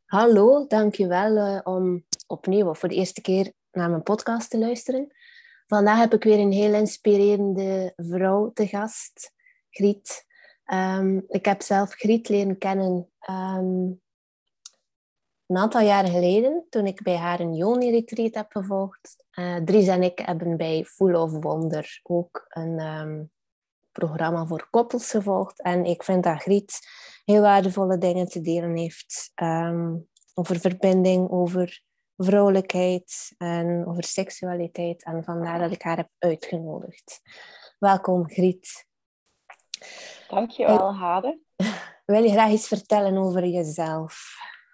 Hallo, dankjewel om opnieuw of voor de eerste keer naar mijn podcast te luisteren. Vandaag heb ik weer een heel inspirerende vrouw te gast, Griet. Ik heb zelf Griet leren kennen een aantal jaren geleden, toen ik bij haar een Yoni-retreat heb gevolgd. Dries en ik hebben bij Full of Wonder ook een programma voor koppels gevolgd. En ik vind dat Griet heel waardevolle dingen te delen heeft over verbinding, over vrouwelijkheid en over seksualiteit. En vandaar dat ik haar heb uitgenodigd. Welkom, Griet. Dankjewel, Hade. Wil je graag iets vertellen over jezelf?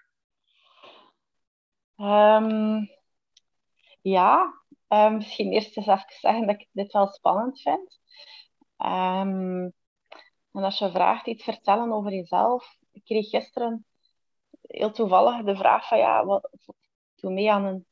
Misschien eerst eens even zeggen dat ik dit wel spannend vind. En als je vraagt iets vertellen over jezelf, ik kreeg gisteren heel toevallig de vraag van doe mee aan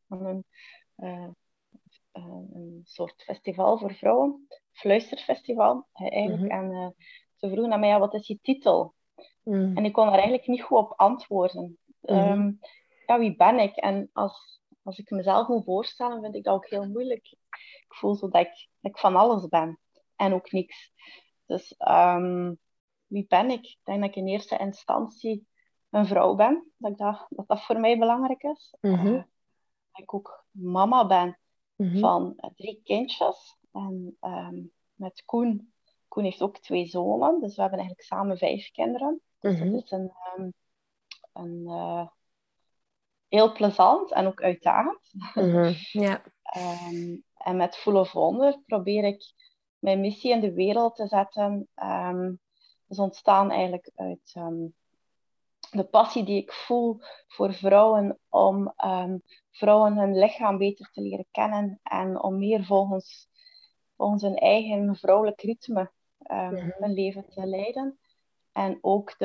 een soort festival voor vrouwen, fluisterfestival eigenlijk. En ze vroegen aan mij, wat is je titel? En ik kon daar eigenlijk niet goed op antwoorden. Wie ben ik? En als ik mezelf moet voorstellen, vind ik dat ook heel moeilijk. Ik voel zo dat ik van alles ben en ook niks. Dus wie ben ik? Ik denk dat ik in eerste instantie een vrouw ben, dat voor mij belangrijk is. Dat ik ook mama ben van 3 kindjes. En met Koen. Koen heeft ook 2 zonen, dus we hebben eigenlijk samen 5 kinderen. Dus dat is een heel plezant en ook uitdagend. Ja. En met Full of Wonder probeer ik mijn missie in de wereld te zetten. Dus ontstaan eigenlijk uit de passie die ik voel voor vrouwen om vrouwen hun lichaam beter te leren kennen en om meer volgens hun eigen vrouwelijk ritme hun leven te leiden. En ook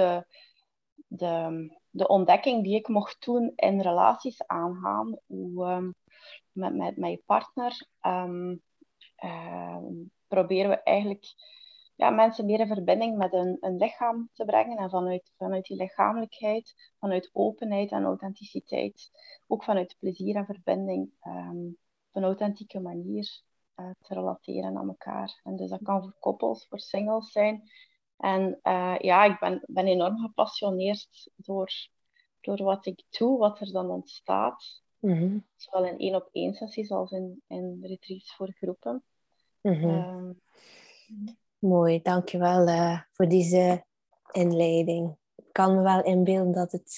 de ontdekking die ik mocht doen in relaties aangaan, hoe met je partner proberen we eigenlijk mensen meer in verbinding met een lichaam te brengen en vanuit die lichamelijkheid, vanuit openheid en authenticiteit, ook vanuit plezier en verbinding, op een authentieke manier te relateren aan elkaar. En dus dat kan voor koppels, voor singles zijn. En ik ben enorm gepassioneerd door wat ik doe, wat er dan ontstaat. Zowel in 1-op-1 sessies als in retreats voor groepen. Mooi, dankjewel voor deze inleiding. Ik kan me wel inbeelden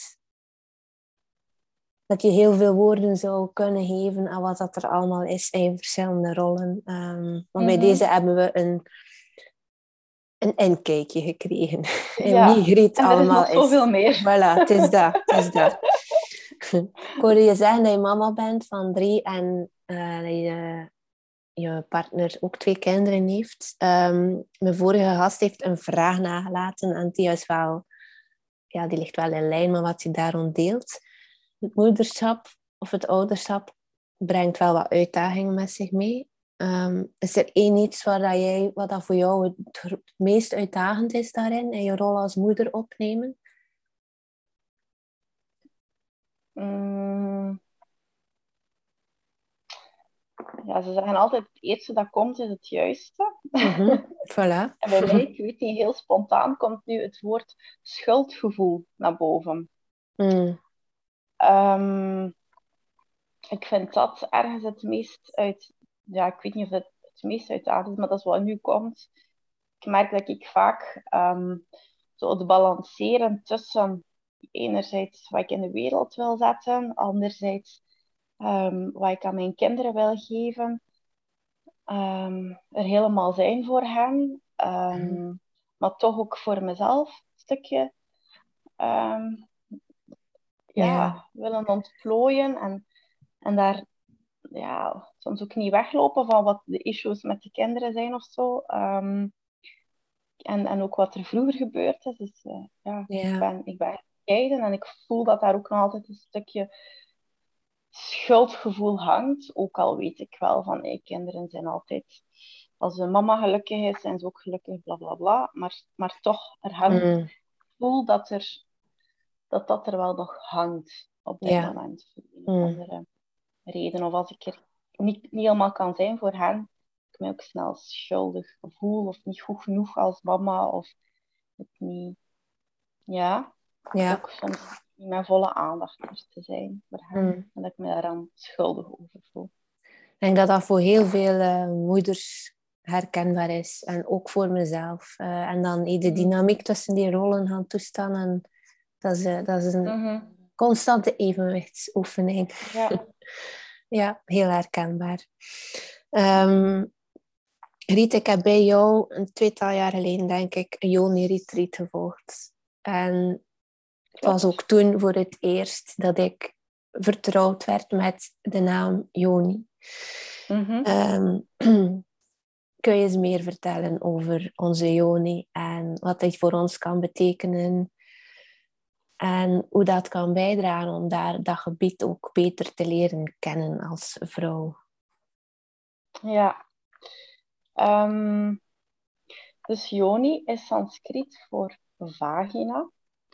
dat je heel veel woorden zou kunnen geven aan wat dat er allemaal is in verschillende rollen. Maar bij deze hebben we een inkijkje gekregen in wie Griet allemaal is. Er is nog zoveel meer. Voilà, het is dat. Ik hoorde je zeggen dat je mama bent van 3 en dat je partner ook 2 kinderen heeft. Mijn vorige gast heeft een vraag nagelaten en die ligt wel in lijn met wat je daar rond deelt. Het moederschap of het ouderschap brengt wel wat uitdagingen met zich mee. Is er iets wat dat voor jou het meest uitdagend is daarin, in je rol als moeder opnemen? Ja, ze zeggen altijd, het eerste dat komt is het juiste. Voilà. En bij mij, ik weet niet, heel spontaan komt nu het woord schuldgevoel naar boven. Ik vind dat ergens het meest ik weet niet of het meest uitdagend is, maar dat is wat nu komt. Ik merk dat ik vaak zo het balanceren tussen enerzijds wat ik in de wereld wil zetten, anderzijds wat ik aan mijn kinderen wil geven, er helemaal zijn voor hen, maar toch ook voor mezelf een stukje willen ontplooien en daar soms ook niet weglopen van wat de issues met de kinderen zijn of zo. En ook wat er vroeger gebeurd is. Dus ik ben gescheiden en ik voel dat daar ook nog altijd een stukje schuldgevoel hangt. Ook al weet ik wel van, kinderen zijn altijd... Als een mama gelukkig is, zijn ze ook gelukkig, bla bla bla. Maar toch, er hangt... Ik voel dat er wel nog hangt. op dit Ja. moment. Voor een of andere reden. Of als ik er niet helemaal kan zijn voor hen, ik me ook snel schuldig voel of niet goed genoeg als mama. Of het niet, ook soms niet mijn volle aandacht er te zijn voor hen. En dat ik me daar dan schuldig over voel. Ik denk dat dat voor heel veel moeders herkenbaar is. En ook voor mezelf. En dan de dynamiek tussen die rollen gaan toestaan. En dat is een constante evenwichtsoefening. Ja. Ja, heel herkenbaar. Riet, ik heb bij jou een 2-tal jaar geleden, denk ik, een Yoni-retreat gevolgd. En het was ook toen voor het eerst dat ik vertrouwd werd met de naam Yoni. Kun je eens meer vertellen over onze Yoni en wat dit voor ons kan betekenen en hoe dat kan bijdragen om dat gebied ook beter te leren kennen als vrouw? Ja. Dus Yoni is Sanskriet voor vagina.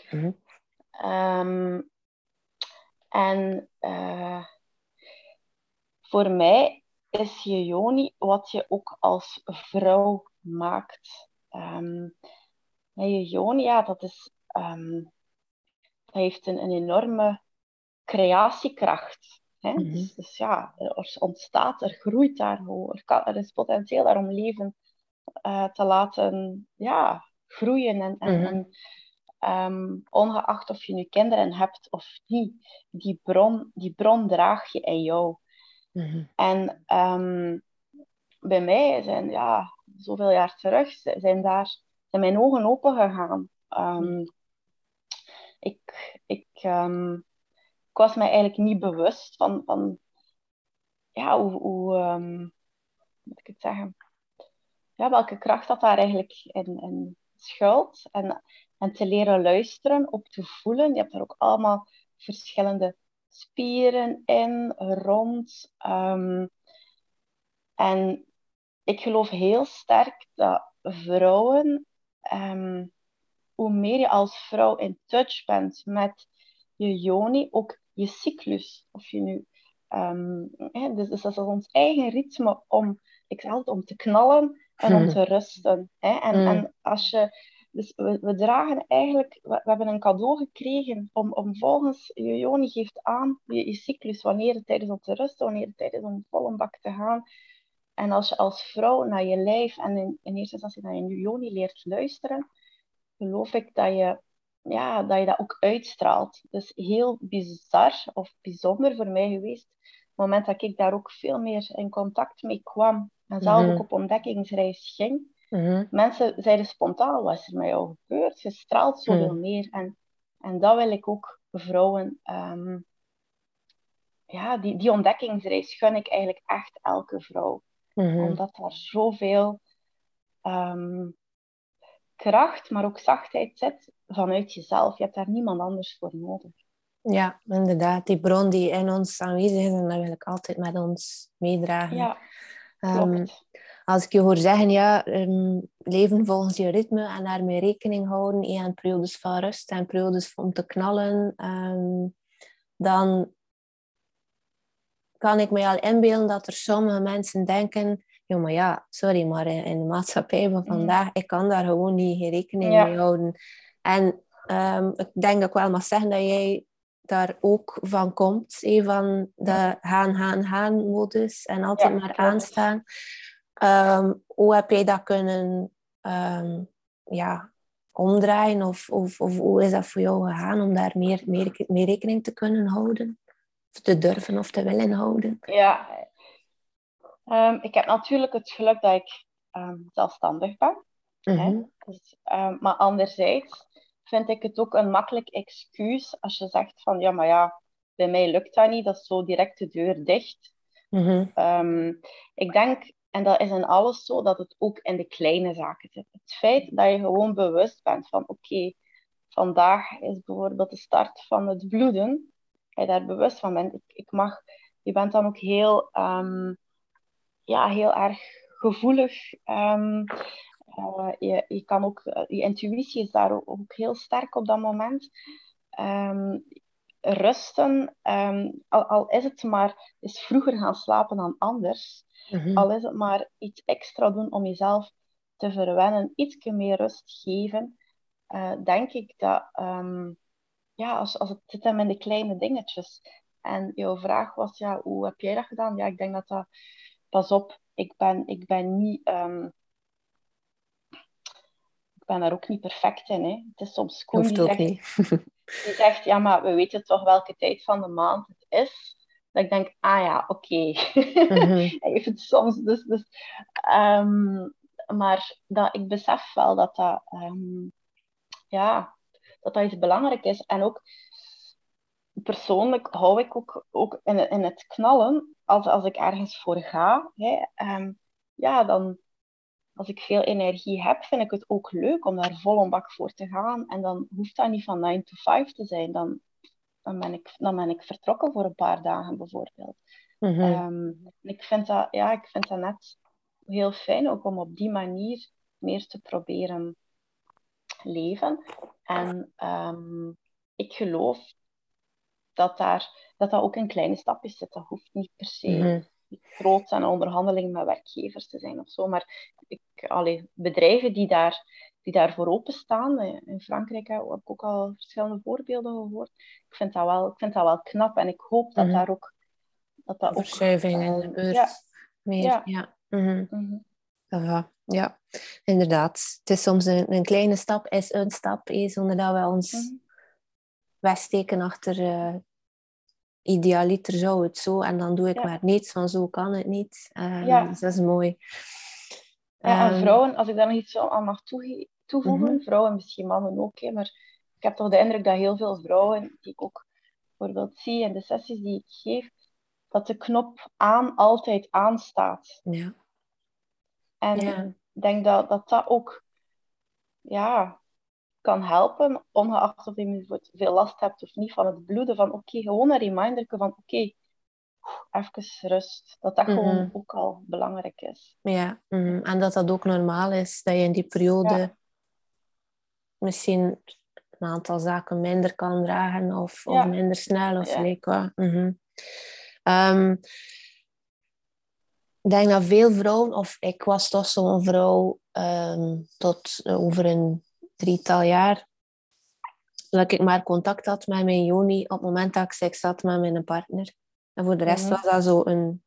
En voor mij is je Yoni wat je ook als vrouw maakt. Je Yoni, dat heeft een enorme creatiekracht. Hè? Dus er ontstaat, er groeit daar. Er is potentieel daar om leven te laten groeien. Ongeacht of je nu kinderen hebt of niet, die bron draag je in jou. En bij mij zijn, zoveel jaar terug, zijn mijn ogen open gegaan. Ik was mij eigenlijk niet bewust van hoe moet ik het zeggen? Welke kracht dat daar eigenlijk in schuilt. En te leren luisteren, op te voelen. Je hebt daar ook allemaal verschillende spieren in, rond. En ik geloof heel sterk dat vrouwen, hoe meer je als vrouw in touch bent met je yoni, ook je cyclus, of je nu... dus dat is ons eigen ritme om te knallen en om te rusten. En als je... Dus we dragen eigenlijk... We hebben een cadeau gekregen om volgens... Je yoni geeft aan je cyclus, wanneer het tijd is om te rusten, wanneer het tijd is om vol bak te gaan. En als je als vrouw naar je lijf en in eerste instantie naar je yoni leert luisteren, geloof ik dat je dat ook uitstraalt. Dus heel bizar of bijzonder voor mij geweest. Op het moment dat ik daar ook veel meer in contact mee kwam en zelf ook op ontdekkingsreis ging. Mensen zeiden spontaan, wat is er met jou gebeurd? Je straalt zoveel meer. En dat wil ik ook vrouwen... die ontdekkingsreis gun ik eigenlijk echt elke vrouw. Omdat daar zoveel kracht, maar ook zachtheid zit vanuit jezelf. Je hebt daar niemand anders voor nodig. Ja, inderdaad. Die bron die in ons aanwezig is en dat wil ik altijd met ons meedragen. Ja, klopt. Als ik je hoor zeggen, leven volgens je ritme en daarmee rekening houden, en periodes van rust en periodes om te knallen, dan kan ik me al inbeelden dat er sommige mensen denken, sorry, maar in de maatschappij van vandaag, ik kan daar gewoon niet rekening mee houden. En ik denk dat ik wel mag zeggen dat jij daar ook van komt, van de gaan modus en altijd maar klopt. Aanstaan. Hoe heb jij dat kunnen omdraaien of hoe is dat voor jou gegaan om daar meer rekening te kunnen houden? Of te durven of te willen houden? Ja, ik heb natuurlijk het geluk dat ik zelfstandig ben. Dus, maar anderzijds vind ik het ook een makkelijk excuus als je zegt van bij mij lukt dat niet, dat is zo direct de deur dicht. Ik denk, en dat is in alles zo, dat het ook in de kleine zaken zit. Het feit dat je gewoon bewust bent van oké, vandaag is bijvoorbeeld de start van het bloeden, dat je daar bewust van bent. Je bent dan ook heel erg gevoelig. Je kan ook, je intuïtie is daar ook heel sterk op dat moment. rusten, al is het maar eens vroeger gaan slapen dan anders, al is het maar iets extra doen om jezelf te verwennen, ietsje meer rust geven, denk ik dat, als het zit hem in de kleine dingetjes. En jouw vraag was, ja, hoe heb jij dat gedaan? Ja, ik denk dat, pas op, ik ben niet, ik ben daar ook niet perfect in, hè. Het is soms Koen Hoeft ook niet. die zegt, ja, maar we weten toch welke tijd van de maand het is. Dat ik denk, ah ja, oké. Hij heeft het soms, maar ik besef wel ja, dat iets belangrijk is. En ook persoonlijk hou ik ook in het knallen, als ik ergens voor ga, hè, ja, dan, als ik veel energie heb, vind ik het ook leuk om daar vol een bak voor te gaan. En dan hoeft dat niet van 9 to 5 te zijn. Dan ben ik vertrokken voor een paar dagen bijvoorbeeld. Ik vind dat net heel fijn ook om op die manier meer te proberen leven. En ik geloof dat ook in kleine stapjes zit. Dat hoeft niet per se groot aan onderhandeling met werkgevers te zijn of zo. Maar bedrijven die daar voor openstaan, in Frankrijk heb ik ook al verschillende voorbeelden gehoord. Ik vind dat wel knap en ik hoop dat daar ook... Dat ook verschuiving in de beurt. Meer, ja. Ja, inderdaad. Het is soms een kleine stap, is een stap, zonder dat we ons wegsteken achter idealiter zou het zo, en dan doe ik maar niets, van zo kan het niet. Dus dat is mooi. Ja, en vrouwen, als ik daar nog iets aan mag toevoegen, vrouwen, misschien mannen ook, hè, maar ik heb toch de indruk dat heel veel vrouwen, die ik ook bijvoorbeeld zie in de sessies die ik geef, dat de knop aan altijd aanstaat. Ja. En ik denk dat ook kan helpen, ongeacht of je veel last hebt of niet van het bloeden, van gewoon een reminder van even rust. Dat gewoon ook al belangrijk is. Ja, en dat ook normaal is, dat je in die periode misschien een aantal zaken minder kan dragen of minder snel of ik denk dat veel vrouwen, of ik was toch zo'n vrouw tot over een 3-tal jaar, dat ik maar contact had met mijn Joni op het moment dat ik seks had met mijn partner. En voor de rest was dat zo een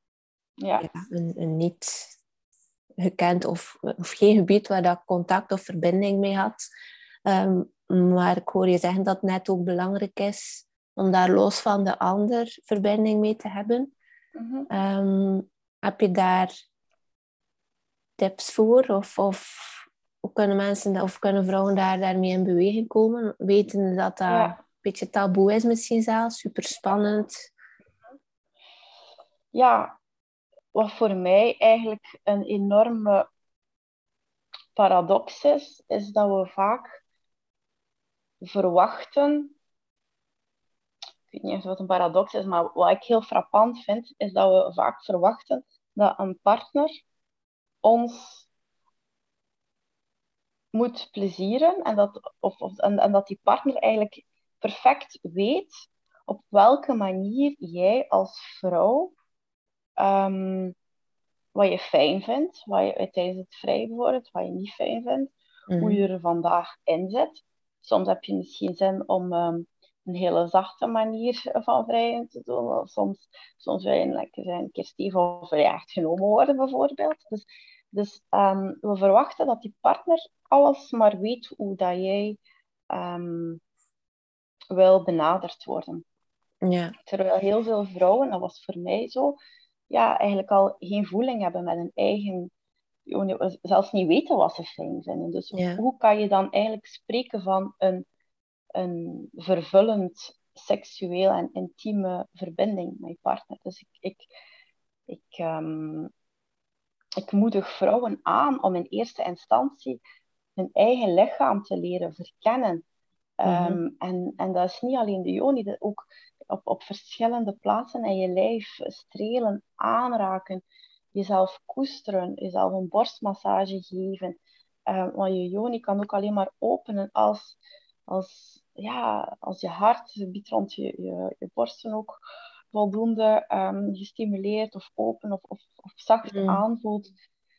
niet gekend of geen gebied waar dat contact of verbinding mee had. Maar ik hoor je zeggen dat het net ook belangrijk is om daar los van de ander verbinding mee te hebben. Heb je daar tips voor? Of hoe kunnen mensen of kunnen vrouwen daarmee in beweging komen? Weten dat dat een beetje taboe is misschien zelfs? Super spannend. Ja, wat voor mij eigenlijk een enorme paradox is dat we vaak verwachten... Ik weet niet eens wat een paradox is, maar wat ik heel frappant vind, is dat we vaak verwachten dat een partner ons moet plezieren en dat die partner eigenlijk perfect weet op welke manier jij als vrouw wat je fijn vindt, wat je tijdens het vrij bijvoorbeeld, wat je niet fijn vindt, hoe je er vandaag in zit. Soms heb je misschien zin om een hele zachte manier van vrijen te doen. Of soms wil je lekker zijn, een keer stevig of echt genomen worden, bijvoorbeeld. Dus we verwachten dat die partner alles maar weet hoe dat jij wil benaderd worden. Ja. Terwijl heel veel vrouwen, dat was voor mij zo, eigenlijk al geen voeling hebben met hun eigen... zelfs niet weten wat ze fijn vinden. Dus hoe kan je dan eigenlijk spreken van een vervullend seksueel en intieme verbinding met je partner? Dus ik moedig vrouwen aan om in eerste instantie hun eigen lichaam te leren verkennen. En dat is niet alleen de yoni, dat ook op verschillende plaatsen in je lijf strelen, aanraken, jezelf koesteren, jezelf een borstmassage geven. Want je yoni kan ook alleen maar openen als als je hart biedt rond je borsten ook voldoende gestimuleerd of open of zacht aanvoelt.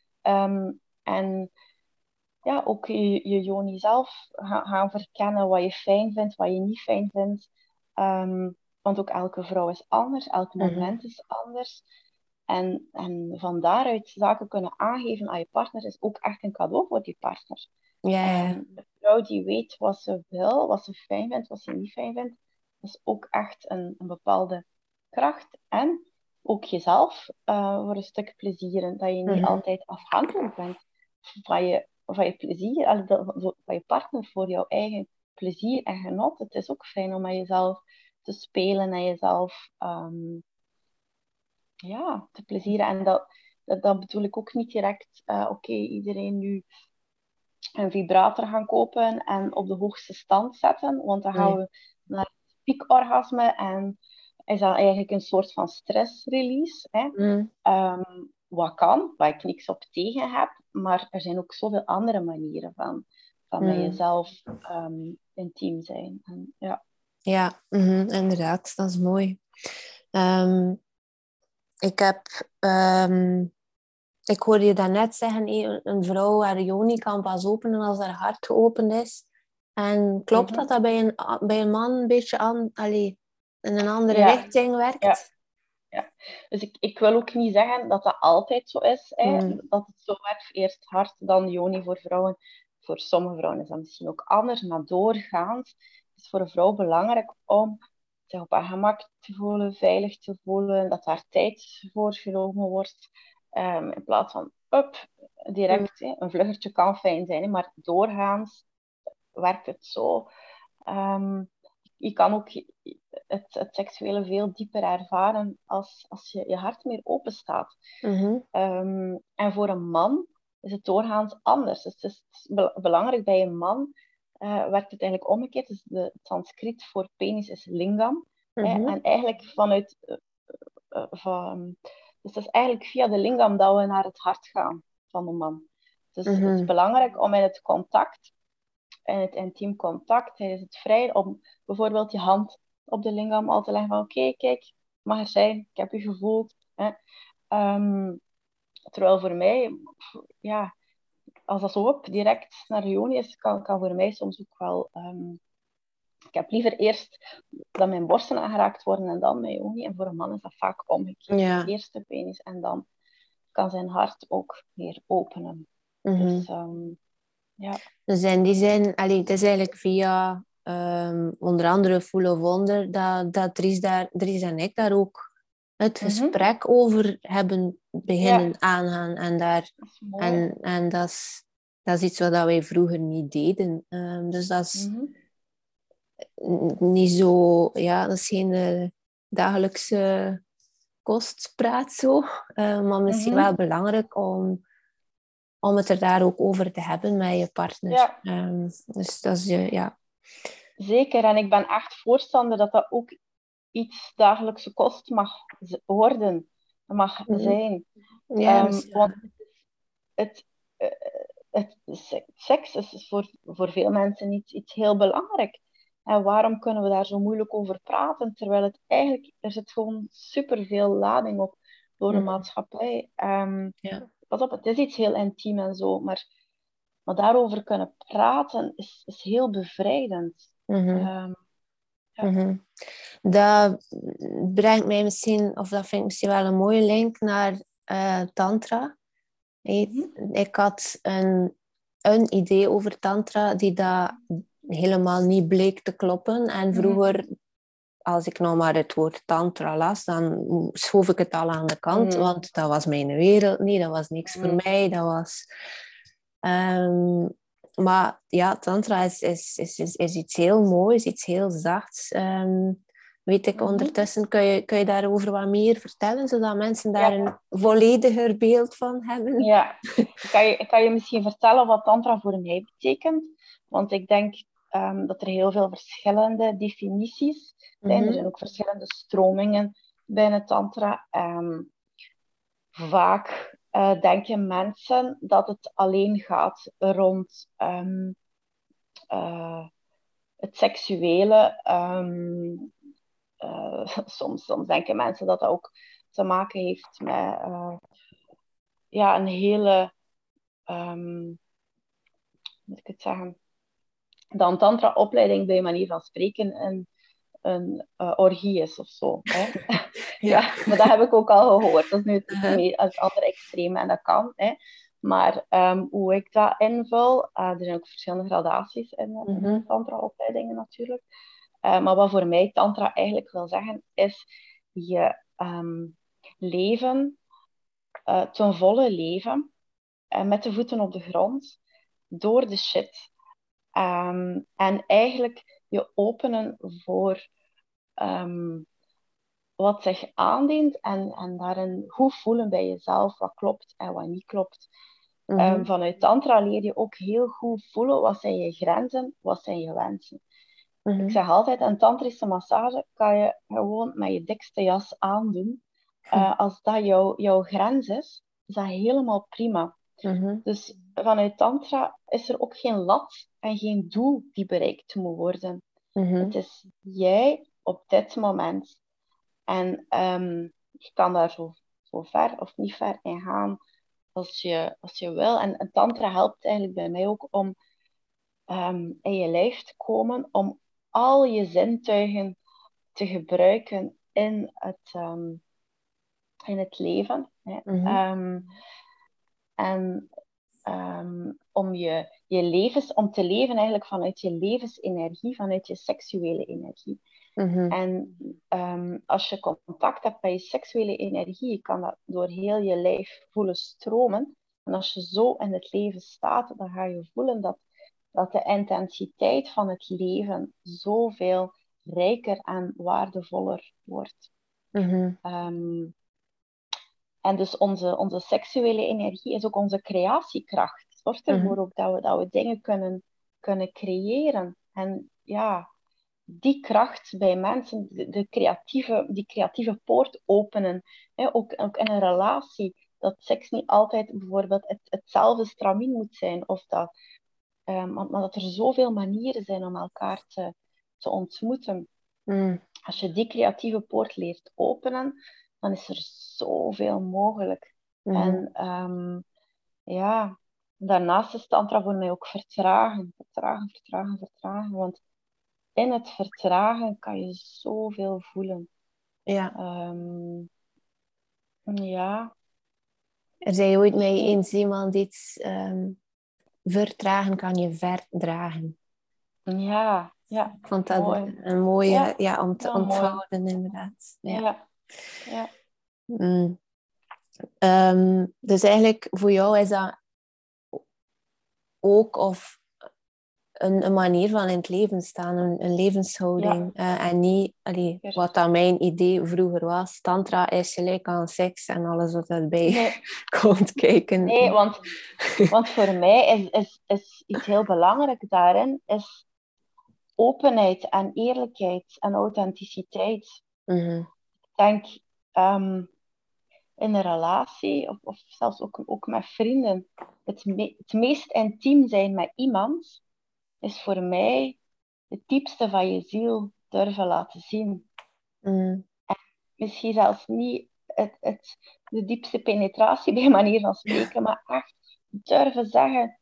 En ja, ook je Joni zelf gaan verkennen wat je fijn vindt, wat je niet fijn vindt. Want ook elke vrouw is anders, elk moment is anders. En van daaruit zaken kunnen aangeven aan je partner is ook echt een cadeau voor die partner. Een vrouw die weet wat ze wil, wat ze fijn vindt, wat ze niet fijn vindt, is ook echt een bepaalde kracht. En ook jezelf voor een stuk plezieren, dat je niet altijd afhankelijk bent van je plezier, van je partner voor jouw eigen plezier en genot. Het is ook fijn om met jezelf te spelen en jezelf te plezieren. En dat bedoel ik ook niet direct, iedereen nu een vibrator gaan kopen en op de hoogste stand zetten, want dan gaan we naar het piekorgasme en is dat eigenlijk een soort van stressrelease. Wat kan, waar ik niks op tegen heb, maar er zijn ook zoveel andere manieren van met jezelf intiem zijn. En, ja, inderdaad, dat is mooi. Ik hoorde je daarnet zeggen, een vrouw haar Joni kan pas openen als haar hart geopend is. En klopt dat bij een man een beetje in een andere richting werkt? Ja. Dus ik wil ook niet zeggen dat dat altijd zo is. Dat het zo werkt, eerst hart, dan Joni voor vrouwen. Voor sommige vrouwen is dat misschien ook anders, maar doorgaans is het voor een vrouw belangrijk om zich op haar gemak te voelen, veilig te voelen, dat daar tijd voor genomen wordt. In plaats van direct. Een vluggertje kan fijn zijn, maar doorgaans werkt het zo. Je kan ook het seksuele veel dieper ervaren als je hart meer open staat. En voor een man is het doorgaans anders. Dus het is belangrijk bij een man werkt het eigenlijk omgekeerd. Dus het Sanskriet voor penis is lingam. En eigenlijk dus het is eigenlijk via de lingam dat we naar het hart gaan van de man. Dus het is belangrijk om in het contact, in het intiem contact, tijdens het vrij, om bijvoorbeeld je hand op de lingam al te leggen van oké, kijk, mag er zijn, ik heb je gevoeld. Terwijl voor mij, als dat zo direct naar Joni is, kan voor mij soms ook wel... ik heb liever eerst dat mijn borsten aangeraakt worden en dan mijn Joni. En voor een man is dat vaak omgekeerd. Eerst de penis en dan kan zijn hart ook weer openen. Dus Dus in die zin, het is eigenlijk via onder andere Full of Wonder dat Dries en ik daar ook het gesprek over hebben beginnen aangaan. En dat is iets wat wij vroeger niet deden. Dus dat is niet zo... Ja, dat is geen dagelijkse kostpraat zo. Maar misschien wel belangrijk om het er daar ook over te hebben met je partner. Dus dat is Zeker, en ik ben echt voorstander dat ook iets dagelijkse kost mag worden, mag zijn. Want seks is voor veel mensen iets heel belangrijk. En waarom kunnen we daar zo moeilijk over praten, terwijl het eigenlijk, er zit gewoon superveel lading op door de maatschappij. Pas op, het is iets heel intiem en zo, maar daarover kunnen praten is heel bevrijdend. Dat brengt mij misschien, of dat vind ik misschien wel een mooie link naar tantra. Ik had een idee over tantra die dat helemaal niet bleek te kloppen. En vroeger, als ik nou maar het woord tantra las, dan schoof ik het al aan de kant, want dat was mijn wereld niet, dat was niks voor mij, dat was... maar ja, tantra is iets heel moois, iets heel zachts. Weet ik ondertussen, kun je daarover wat meer vertellen, zodat mensen daar een vollediger beeld van hebben? Ja, ik kan je misschien vertellen wat tantra voor mij betekent. Want ik denk dat er heel veel verschillende definities zijn. Er zijn ook verschillende stromingen binnen tantra. Vaak denken mensen dat het alleen gaat rond het seksuele. Soms denken mensen dat ook te maken heeft met een hele, moet ik het zeggen, dan tantra-opleiding bij manier van spreken een orgie is of zo. Hè? Ja, maar dat heb ik ook al gehoord. Dat is nu het andere extreme en dat kan. Hè? Maar hoe ik dat invul, er zijn ook verschillende gradaties in tantra-opleidingen natuurlijk. Maar wat voor mij tantra eigenlijk wil zeggen, is je leven, ten volle leven, met de voeten op de grond, door de shit. En eigenlijk je openen voor wat zich aandient en daarin goed voelen bij jezelf wat klopt en wat niet klopt. Vanuit tantra leer je ook heel goed voelen wat zijn je grenzen, wat zijn je wensen. Ik zeg altijd, een tantrische massage kan je gewoon met je dikste jas aandoen. Als dat jouw grens is dat helemaal prima. Dus vanuit tantra is er ook geen lat en geen doel die bereikt moet worden. Het is jij op dit moment. En je kan daar zo ver of niet ver in gaan als je wil. En tantra helpt eigenlijk bij mij ook om in je lijf te komen, om al je zintuigen te gebruiken in het leven. Hè. Om te leven eigenlijk vanuit je levensenergie, vanuit je seksuele energie. En als je contact hebt met je seksuele energie, je kan dat door heel je lijf voelen stromen. En als je zo in het leven staat, dan ga je voelen dat de intensiteit van het leven zoveel rijker en waardevoller wordt. En dus onze seksuele energie is ook onze creatiekracht. Het zorgt ervoor ook dat we dingen kunnen creëren. En ja, die kracht bij mensen, die creatieve poort openen. Hè, ook in een relatie. Dat seks niet altijd bijvoorbeeld hetzelfde stramien moet zijn. Of maar dat er zoveel manieren zijn om elkaar te ontmoeten. Als je die creatieve poort leert openen, dan is er zoveel mogelijk. En daarnaast is tantra voor mij ook vertragen. Vertragen. Want in het vertragen kan je zoveel voelen. Ja. Ja. Er zei ooit mee eens iemand iets... vertragen kan je verdragen. Ja. Ik vond dat mooi. een mooie om te onthouden, inderdaad. Ja. Dus eigenlijk voor jou is dat ook of een manier van in het leven staan, een levenshouding. En niet, wat dan mijn idee vroeger was, tantra is gelijk aan seks en alles wat daarbij komt kijken. Nee, want voor mij is iets heel belangrijk daarin, is openheid en eerlijkheid en authenticiteit. Ik denk in een relatie, of zelfs ook met vrienden, het meest intiem zijn met iemand, is voor mij het diepste van je ziel durven laten zien. En misschien zelfs niet de diepste penetratie bij manier van spreken, maar echt durven zeggen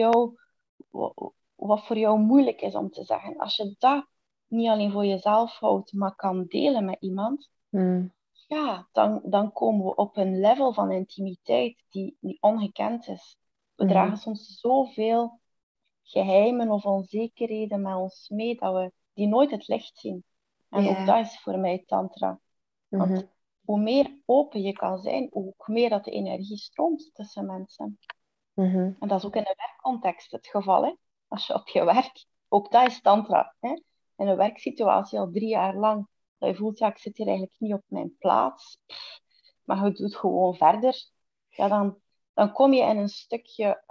wat voor jou moeilijk is om te zeggen. Als je dat niet alleen voor jezelf houdt, maar kan delen met iemand, dan komen we op een level van intimiteit die ongekend is. We dragen soms zoveel geheimen of onzekerheden met ons mee, dat we die nooit het licht zien. En ook dat is voor mij tantra. Want hoe meer open je kan zijn, hoe meer dat de energie stroomt tussen mensen. En dat is ook in een werkcontext het geval. Hè? Als je op je werk, ook dat is tantra. Hè? In een werksituatie al 3 jaar lang, dat je voelt, ik zit hier eigenlijk niet op mijn plaats. Maar je doet gewoon verder. Ja, dan kom je in een stukje...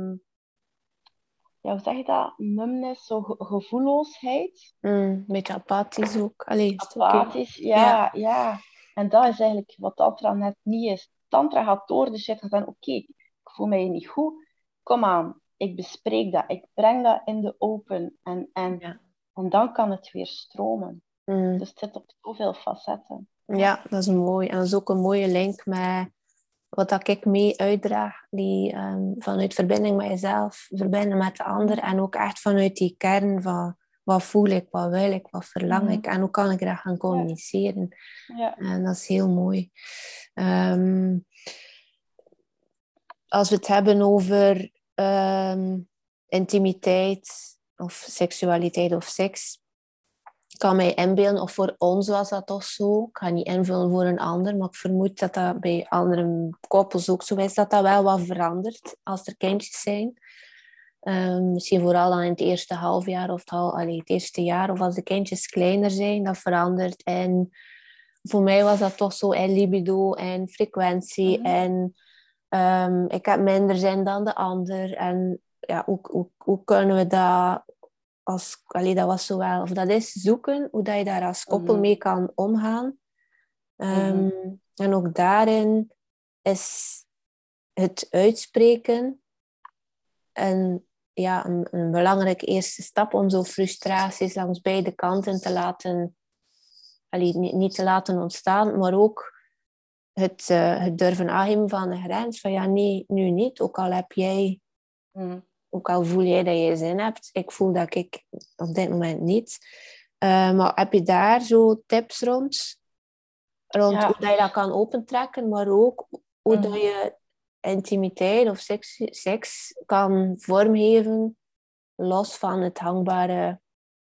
hoe zeg je dat? Numbness, zo gevoelloosheid. Beetje apathisch ook. Apathisch, ja. En dat is eigenlijk wat tantra net niet is. Tantra gaat door de shit van, oké, ik voel mij niet goed. Kom aan, ik bespreek dat. Ik breng dat in de open. En En dan kan het weer stromen. Dus het zit op zoveel facetten. Ja, dat is mooi. En dat is ook een mooie link met wat dat ik mee uitdraag. Die vanuit verbinding met jezelf, verbinden met de ander. En ook echt vanuit die kern van wat voel ik, wat wil ik, wat verlang ik. En hoe kan ik dat gaan communiceren. Ja. En dat is heel mooi. Als we het hebben over intimiteit of seksualiteit of seks, kan mij inbeelden, of voor ons was dat toch zo. Ik ga niet invullen voor een ander, maar ik vermoed dat dat bij andere koppels ook zo is, dat dat wel wat verandert als er kindjes zijn. Misschien vooral dan in het eerste halfjaar of het eerste jaar, of als de kindjes kleiner zijn, dat verandert. En voor mij was dat toch zo in libido en frequentie en ik heb minder zin dan de ander. En ja, hoe kunnen we dat dat was zo wel, of dat is zoeken, hoe dat je daar als koppel mee kan omgaan. En ook daarin is het uitspreken een belangrijke eerste stap om zo frustraties langs beide kanten te laten, niet te laten ontstaan, maar ook het durven aangeven van een grens. Van ja, nee, nu niet. Ook al heb jij, ook al voel jij dat je zin hebt. Ik voel dat ik op dit moment niet. Maar heb je daar zo tips rond hoe dat je dat kan opentrekken, maar ook hoe dat je intimiteit of seks kan vormgeven, los van het hangbare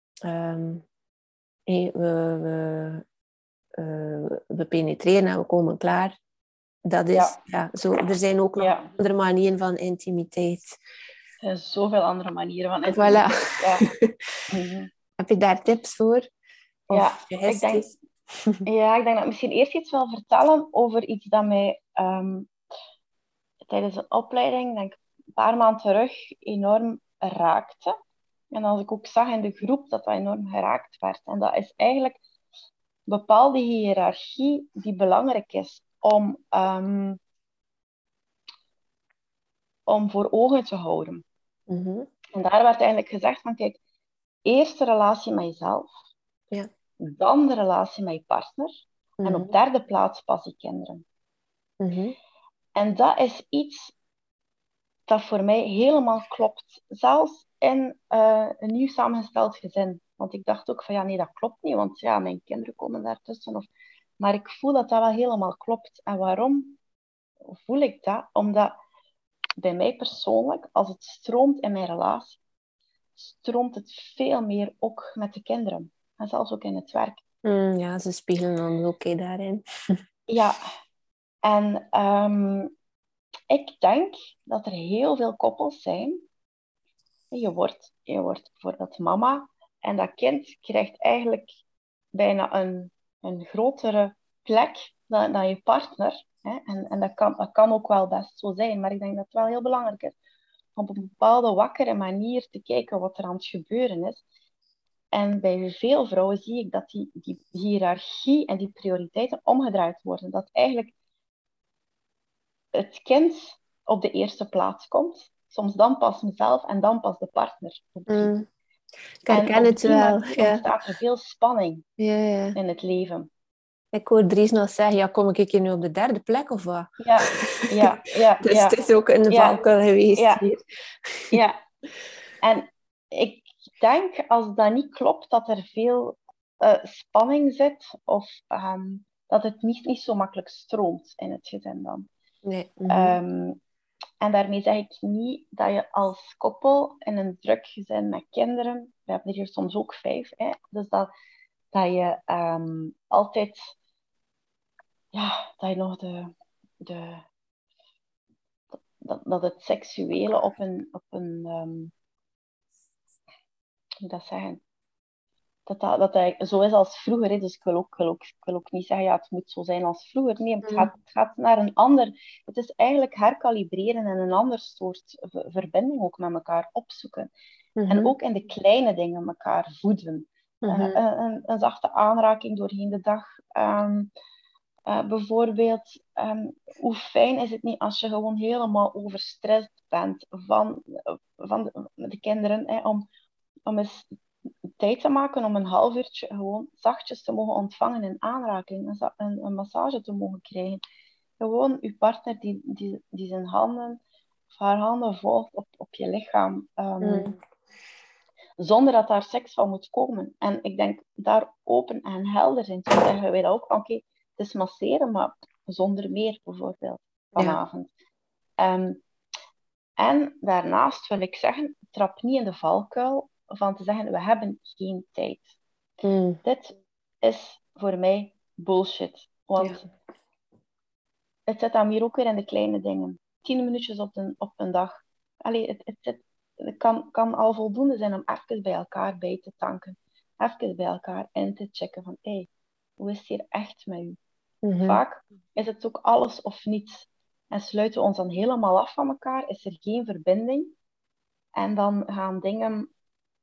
we penetreren en we komen klaar. Dat is, zo. Er zijn ook nog andere manieren van intimiteit. Er zijn zoveel andere manieren van intimiteit. Voilà. Heb je daar tips voor? Of ik denk dat ik misschien eerst iets wil vertellen over iets dat mij tijdens de opleiding, denk een paar maanden terug, enorm raakte. En als ik ook zag in de groep dat enorm geraakt werd. En dat is eigenlijk een bepaalde hiërarchie die belangrijk is om voor ogen te houden. En daar werd eigenlijk gezegd van, kijk, eerst de relatie met jezelf, dan de relatie met je partner, en op derde plaats pas je kinderen. En dat is iets dat voor mij helemaal klopt. Zelfs in een nieuw samengesteld gezin. Want ik dacht ook van, nee, dat klopt niet, want mijn kinderen komen daartussen. Maar ik voel dat dat wel helemaal klopt. En waarom voel ik dat? Omdat bij mij persoonlijk, als het stroomt in mijn relatie, stroomt het veel meer ook met de kinderen. En zelfs ook in het werk. Ja, ze spiegelen ons ook daarin. Ja, en ik denk dat er heel veel koppels zijn. Je wordt bijvoorbeeld mama en dat kind krijgt eigenlijk bijna een grotere plek dan je partner. Hè? En dat kan ook wel best zo zijn, maar ik denk dat het wel heel belangrijk is om op een bepaalde wakkere manier te kijken wat er aan het gebeuren is. En bij veel vrouwen zie ik dat die hiërarchie en die prioriteiten omgedraaid worden. Dat eigenlijk het kind op de eerste plaats komt. Soms dan pas mezelf en dan pas de partner. Ik herken het wel. Ontstaat er veel spanning in het leven. Ik hoor Dries nog zeggen, kom ik hier nu op de derde plek of wat? Ja. Dus het is ook een valkuil geweest hier. Ja, en ik denk als dat niet klopt, dat er veel spanning zit of dat het niet zo makkelijk stroomt in het gezin dan. Nee. En daarmee zeg ik niet dat je als koppel in een druk gezin met kinderen, we hebben er hier soms ook 5, dus dat je altijd, dat je nog dat het seksuele op een hoe moet dat zeggen? Dat zo is als vroeger. Dus ik wil ook niet zeggen, het moet zo zijn als vroeger. Nee, het gaat naar een ander. Het is eigenlijk herkalibreren en een ander soort verbinding ook met elkaar opzoeken. En ook in de kleine dingen elkaar voeden. Een zachte aanraking doorheen de dag. Bijvoorbeeld, hoe fijn is het niet als je gewoon helemaal overstrest bent van de kinderen, om eens tijd te maken om een half uurtje gewoon zachtjes te mogen ontvangen in aanraking, een massage te mogen krijgen. Gewoon uw partner die zijn handen of haar handen volgt op je lichaam. Zonder dat daar seks van moet komen. En ik denk daar open en helder in. Zo zeggen wij dat ook. Oké, het is masseren, maar zonder meer bijvoorbeeld vanavond. Ja. En daarnaast wil ik zeggen, trap niet in de valkuil van te zeggen, we hebben geen tijd. Dit is voor mij bullshit. Want het zit dan hier ook weer in de kleine dingen. 10 minuutjes op een dag. Allee, het kan al voldoende zijn om even bij elkaar bij te tanken. Even bij elkaar in te checken van, hoe is het hier echt met u? Vaak is het ook alles of niets. En sluiten we ons dan helemaal af van elkaar, is er geen verbinding. En dan gaan dingen,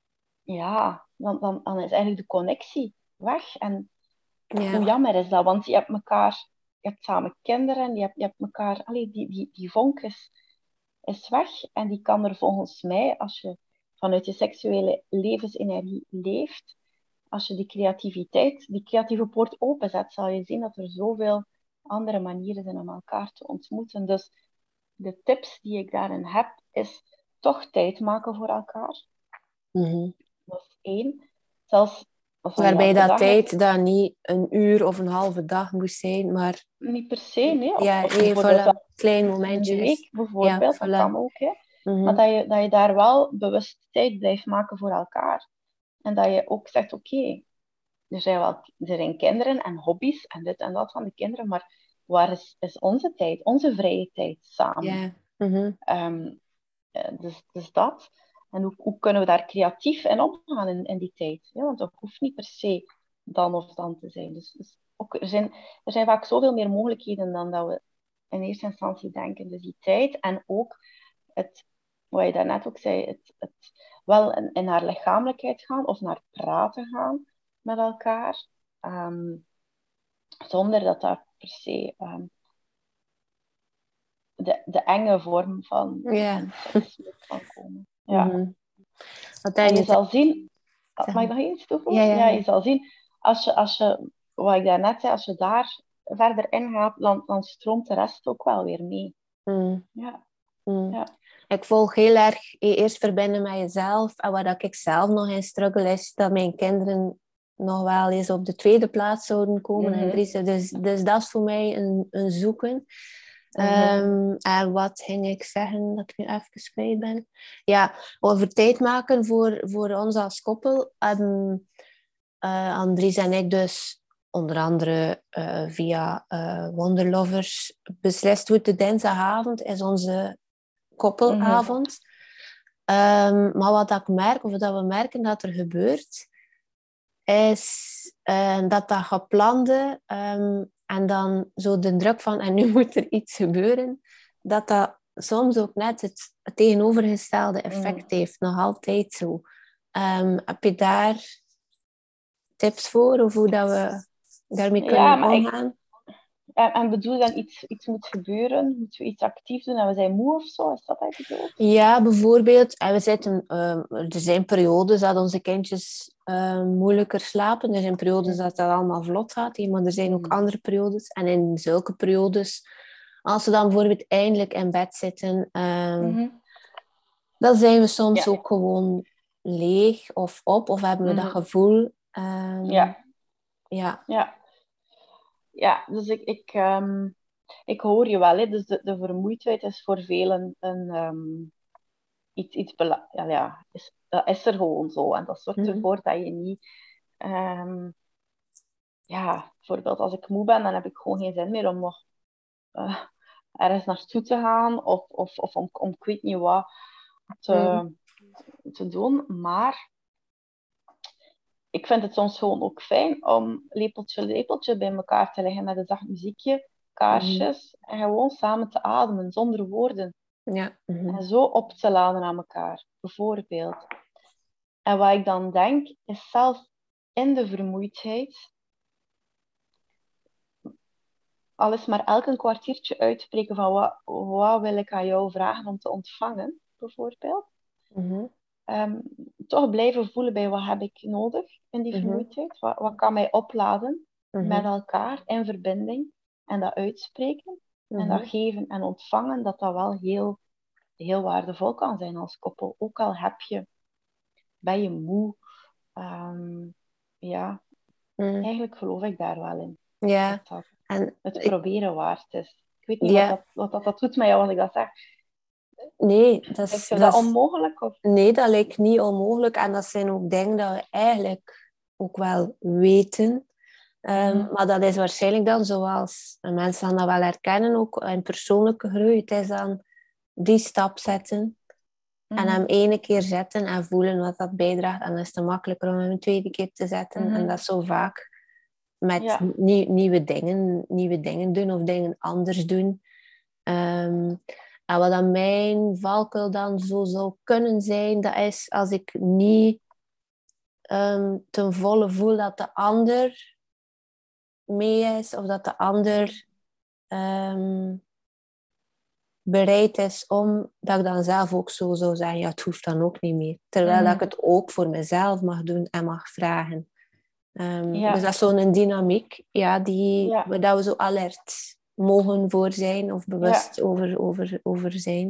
dan is eigenlijk de connectie weg. En hoe jammer is dat? Want je hebt samen kinderen, je hebt elkaar, die vonk is weg. En die kan er volgens mij, als je vanuit je seksuele levensenergie leeft, als je die creatieve poort openzet, zal je zien dat er zoveel andere manieren zijn om elkaar te ontmoeten. Dus de tips die ik daarin heb, is toch tijd maken voor elkaar. Dat is 1. Zelfs waarbij dat tijd dan niet een uur of een halve dag moest zijn, maar... Niet per se, nee. Of bijvoorbeeld een klein momentje. In de week bijvoorbeeld, dat kan ook. Hè. Maar dat je daar wel bewust tijd blijft maken voor elkaar. En dat je ook zegt, oké, er zijn kinderen en hobby's en dit en dat van de kinderen, maar waar is onze tijd, onze vrije tijd samen? Dus dat. En hoe kunnen we daar creatief in omgaan in die tijd? Ja, want dat hoeft niet per se dan of dan te zijn. Dus ook, er zijn vaak zoveel meer mogelijkheden dan dat we in eerste instantie denken. Dus die tijd en ook wat je daarnet ook zei, het wel in naar lichamelijkheid gaan of naar praten gaan met elkaar. Zonder dat daar per se de enge vorm van seks moet van komen. Ja. En je zal zien... Mag ik nog iets toevoegen? Ja, je zal zien, als je, wat ik daarnet zei, als je daar verder in gaat, dan stroomt de rest ook wel weer mee. Ja. Ik volg heel erg eerst verbinden met jezelf. En wat ik zelf nog in struggle is, dat mijn kinderen nog wel eens op de tweede plaats zouden komen. En dus dat is voor mij een zoeken. En wat ging ik zeggen dat ik nu even kwijt ben? Ja, over tijd maken voor ons als koppel hebben Andries en ik dus onder andere via Wonderlovers beslist hoe de dinsdagavond is onze koppelavond. Maar wat ik merk, of dat we merken dat er gebeurt, is dat geplande en dan zo de druk van en nu moet er iets gebeuren, dat soms ook net het tegenovergestelde effect heeft. Nog altijd zo. Heb je daar tips voor of hoe dat we daarmee kunnen omgaan? En bedoel je dan iets moet gebeuren? Moeten we iets actief doen en we zijn moe of zo? Is dat wat je bedoelt? Ja, bijvoorbeeld. En er zijn periodes dat onze kindjes moeilijker slapen. Er zijn periodes dat allemaal vlot gaat. Maar er zijn ook andere periodes. En in zulke periodes, als we dan bijvoorbeeld eindelijk in bed zitten, dan zijn we soms ook gewoon leeg of op. Of hebben we dat gevoel. Ja, dus ik hoor je wel. Hè. Dus de vermoeidheid is voor velen dat is er gewoon zo. En dat zorgt ervoor dat je niet... bijvoorbeeld als ik moe ben, dan heb ik gewoon geen zin meer om nog ergens naartoe te gaan. Of om ik weet niet wat te doen. Maar... ik vind het soms gewoon ook fijn om lepeltje bij elkaar te leggen met een zacht muziekje, kaarsjes, en gewoon samen te ademen, zonder woorden. En zo op te laden aan elkaar, bijvoorbeeld. En wat ik dan denk, is zelfs in de vermoeidheid, al is maar elk een kwartiertje uitspreken van wat wil ik aan jou vragen om te ontvangen, bijvoorbeeld. toch blijven voelen bij wat heb ik nodig in die vermoeidheid. Wat kan mij opladen met elkaar in verbinding. En dat uitspreken en dat geven en ontvangen, dat wel heel, heel waardevol kan zijn als koppel. Ook al ben je moe. Eigenlijk geloof ik daar wel in. Ja. Dat En het proberen waard is. Ik weet niet wat dat doet met jou als ik dat zeg. Nee, Is dat onmogelijk? Of? Nee, dat lijkt niet onmogelijk. En dat zijn ook dingen dat we eigenlijk ook wel weten. Maar dat is waarschijnlijk dan, zoals mensen dat wel herkennen, ook in persoonlijke groei. Het is dan die stap zetten. En hem ene keer zetten en voelen wat dat bijdraagt. En dan is het makkelijker om hem een tweede keer te zetten. En dat is zo vaak met nieuwe dingen doen of dingen anders doen. En wat dan mijn valkuil dan zo zou kunnen zijn, dat is als ik niet ten volle voel dat de ander mee is of dat de ander bereid is om, dat ik dan zelf ook zo zou zeggen, ja, het hoeft dan ook niet meer. Terwijl dat ik het ook voor mezelf mag doen en mag vragen. Dus dat is zo'n dynamiek, waar we zo alert mogen voor zijn of bewust over zijn.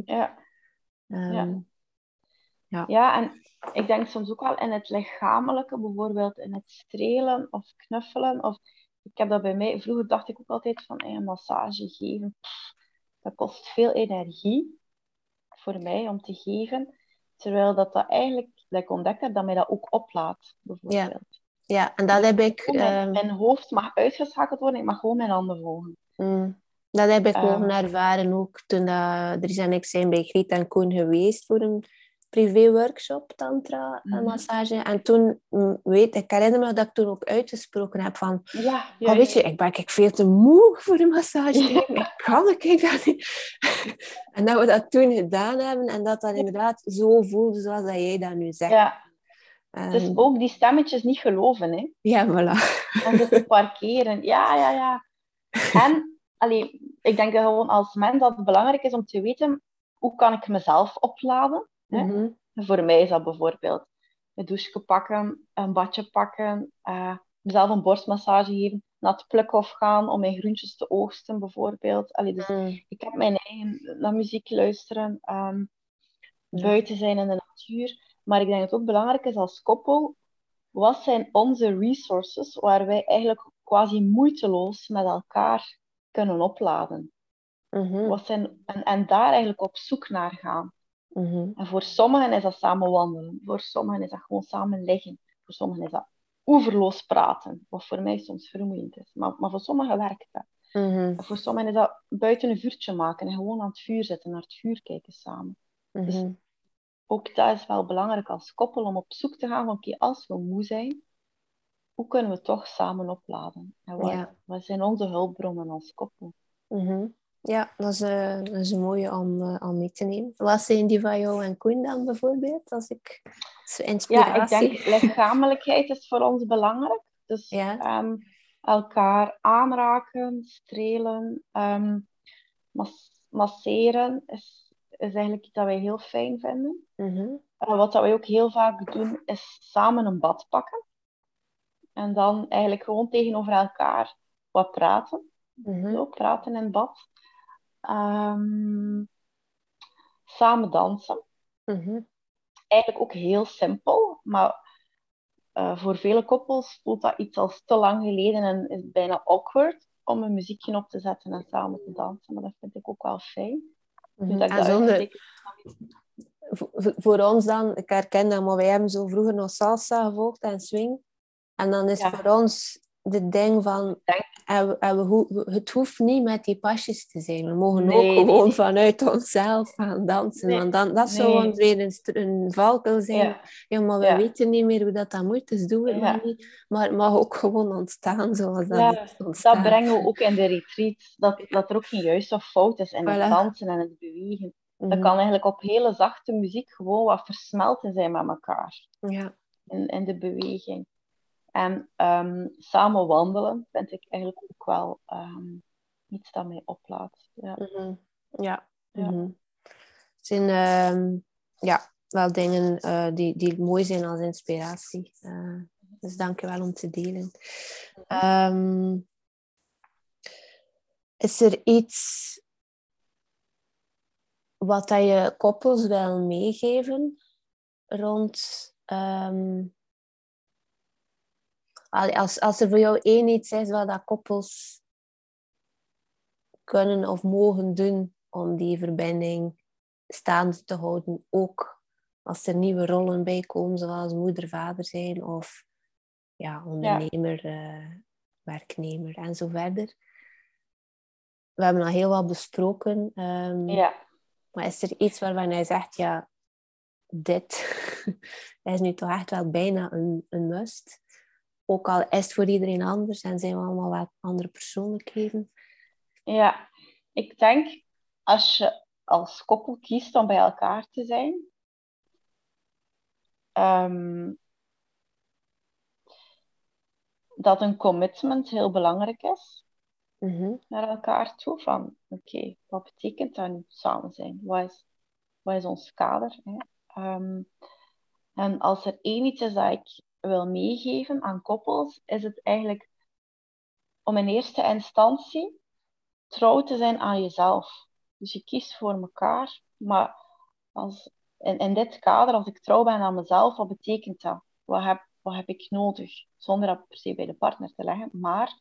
En ik denk soms ook wel in het lichamelijke, bijvoorbeeld in het strelen of knuffelen. Of, ik heb dat bij mij, vroeger dacht ik ook altijd van een massage geven. Dat kost veel energie voor mij om te geven. Terwijl dat eigenlijk, dat ik ontdekt heb, dat mij dat ook oplaat, bijvoorbeeld. Ja, en dat heb ik... Mijn hoofd mag uitgeschakeld worden, ik mag gewoon mijn handen volgen. Dat heb ik mogen ervaren ook toen Dries en ik zijn bij Griet en Koen geweest voor een privé-workshop, tantra en massage. En toen, ik herinner me dat ik toen ook uitgesproken heb van... weet je, ik ben veel te moe voor een massage. Ik kan dat niet. En dat we dat toen gedaan hebben en dat inderdaad zo voelde zoals dat jij dat nu zegt. Ja. Dus ook die stemmetjes niet geloven, hè? Ja, voilà. En ze te parkeren. Ja. En, ik denk dat gewoon als mens dat het belangrijk is om te weten, hoe kan ik mezelf opladen? Hè? Voor mij is dat bijvoorbeeld een douche pakken, een badje pakken, mezelf een borstmassage geven, naar het plukhof gaan om mijn groentjes te oogsten, bijvoorbeeld. Dus ik heb mijn eigen naar muziek luisteren, buiten zijn in de natuur. Maar ik denk dat het ook belangrijk is als koppel, wat zijn onze resources waar wij eigenlijk quasi moeiteloos met elkaar kunnen opladen? En daar eigenlijk op zoek naar gaan. En voor sommigen is dat samen wandelen. Voor sommigen is dat gewoon samen liggen. Voor sommigen is dat oeverloos praten. Wat voor mij soms vermoeiend is. Maar voor sommigen werkt dat. En voor sommigen is dat buiten een vuurtje maken. En gewoon aan het vuur zitten. Naar het vuur kijken samen. Dus ook dat is wel belangrijk als koppel. Om op zoek te gaan van oké, als we moe zijn. Hoe kunnen we toch samen opladen? En wat zijn onze hulpbronnen als koppel? Ja, dat is een mooie om mee te nemen. Wat zijn die van jou en Koen dan bijvoorbeeld? Als ik inspiratie... Ja, ik denk lichamelijkheid is voor ons belangrijk. Dus elkaar aanraken, strelen, masseren is eigenlijk iets dat wij heel fijn vinden. Wat dat wij ook heel vaak doen, is samen een bad pakken. En dan eigenlijk gewoon tegenover elkaar wat praten. Zo, praten in bad. Samen dansen. Eigenlijk ook heel simpel, maar voor vele koppels voelt dat iets als te lang geleden en is het bijna awkward om een muziekje op te zetten en samen te dansen. Maar dat vind ik ook wel fijn. Dus dat ik dat voor ons dan, ik herken dat, maar wij hebben zo vroeger nog salsa gevolgd en swing. En dan is voor ons de ding van... het hoeft niet met die pasjes te zijn. We mogen ook gewoon vanuit onszelf gaan dansen. Want dat zou ons weer een valkuil zijn. Ja, maar we weten niet meer hoe dat moet. Dus doen we het maar niet. Maar het mag ook gewoon ontstaan zoals dat ontstaat. Dat brengen we ook in de retreat. Dat er ook geen juist of fout is in het dansen en het bewegen. Dat kan eigenlijk op hele zachte muziek gewoon wat versmelten zijn met elkaar. In de beweging. En samen wandelen vind ik eigenlijk ook wel iets dat mij oplaat. Zijn, wel dingen die mooi zijn als inspiratie. Dus dank je wel om te delen. Is er iets wat dat je koppels wil meegeven rond... als er voor jou één iets is wat dat koppels kunnen of mogen doen om die verbinding staande te houden, ook als er nieuwe rollen bij komen, zoals moeder, vader zijn of ondernemer, werknemer en zo verder. We hebben al heel wat besproken. Maar is er iets waarvan jij zegt, ja, dit is nu toch echt wel bijna een must? Ook al is het voor iedereen anders en zijn we allemaal wat andere persoonlijkheden. Ja, ik denk als je als koppel kiest om bij elkaar te zijn, dat een commitment heel belangrijk is naar elkaar toe. Van oké, wat betekent dat nu samen zijn? Wat is ons kader? Hè? En als er één iets is dat ik wil meegeven aan koppels, is het eigenlijk om in eerste instantie trouw te zijn aan jezelf. Dus je kiest voor elkaar, maar in dit kader, als ik trouw ben aan mezelf, wat betekent dat? Wat heb ik nodig? Zonder dat per se bij de partner te leggen, maar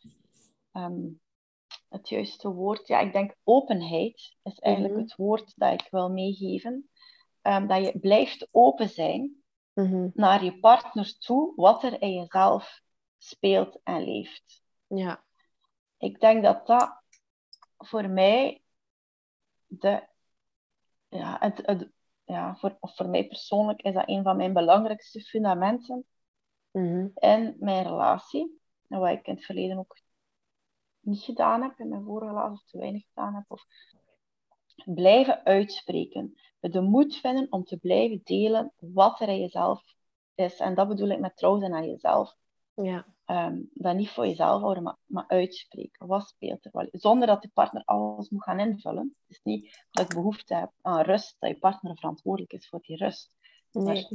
het juiste woord, ja, ik denk openheid is eigenlijk het woord dat ik wil meegeven. Dat je blijft open zijn naar je partner toe, wat er in jezelf speelt en leeft. Ja. Ik denk dat dat voor mij voor mij persoonlijk is dat een van mijn belangrijkste fundamenten in mijn relatie. En wat ik in het verleden ook niet gedaan heb, in mijn vorige relatie of te weinig gedaan heb. Of blijven uitspreken. De moed vinden om te blijven delen wat er in jezelf is. En dat bedoel ik met trouw zijn aan jezelf. Ja. Dat niet voor jezelf houden, maar uitspreken. Wat speelt er wel? Zonder dat de partner alles moet gaan invullen. Het is niet dat ik behoefte heb aan rust, dat je partner verantwoordelijk is voor die rust. Nee.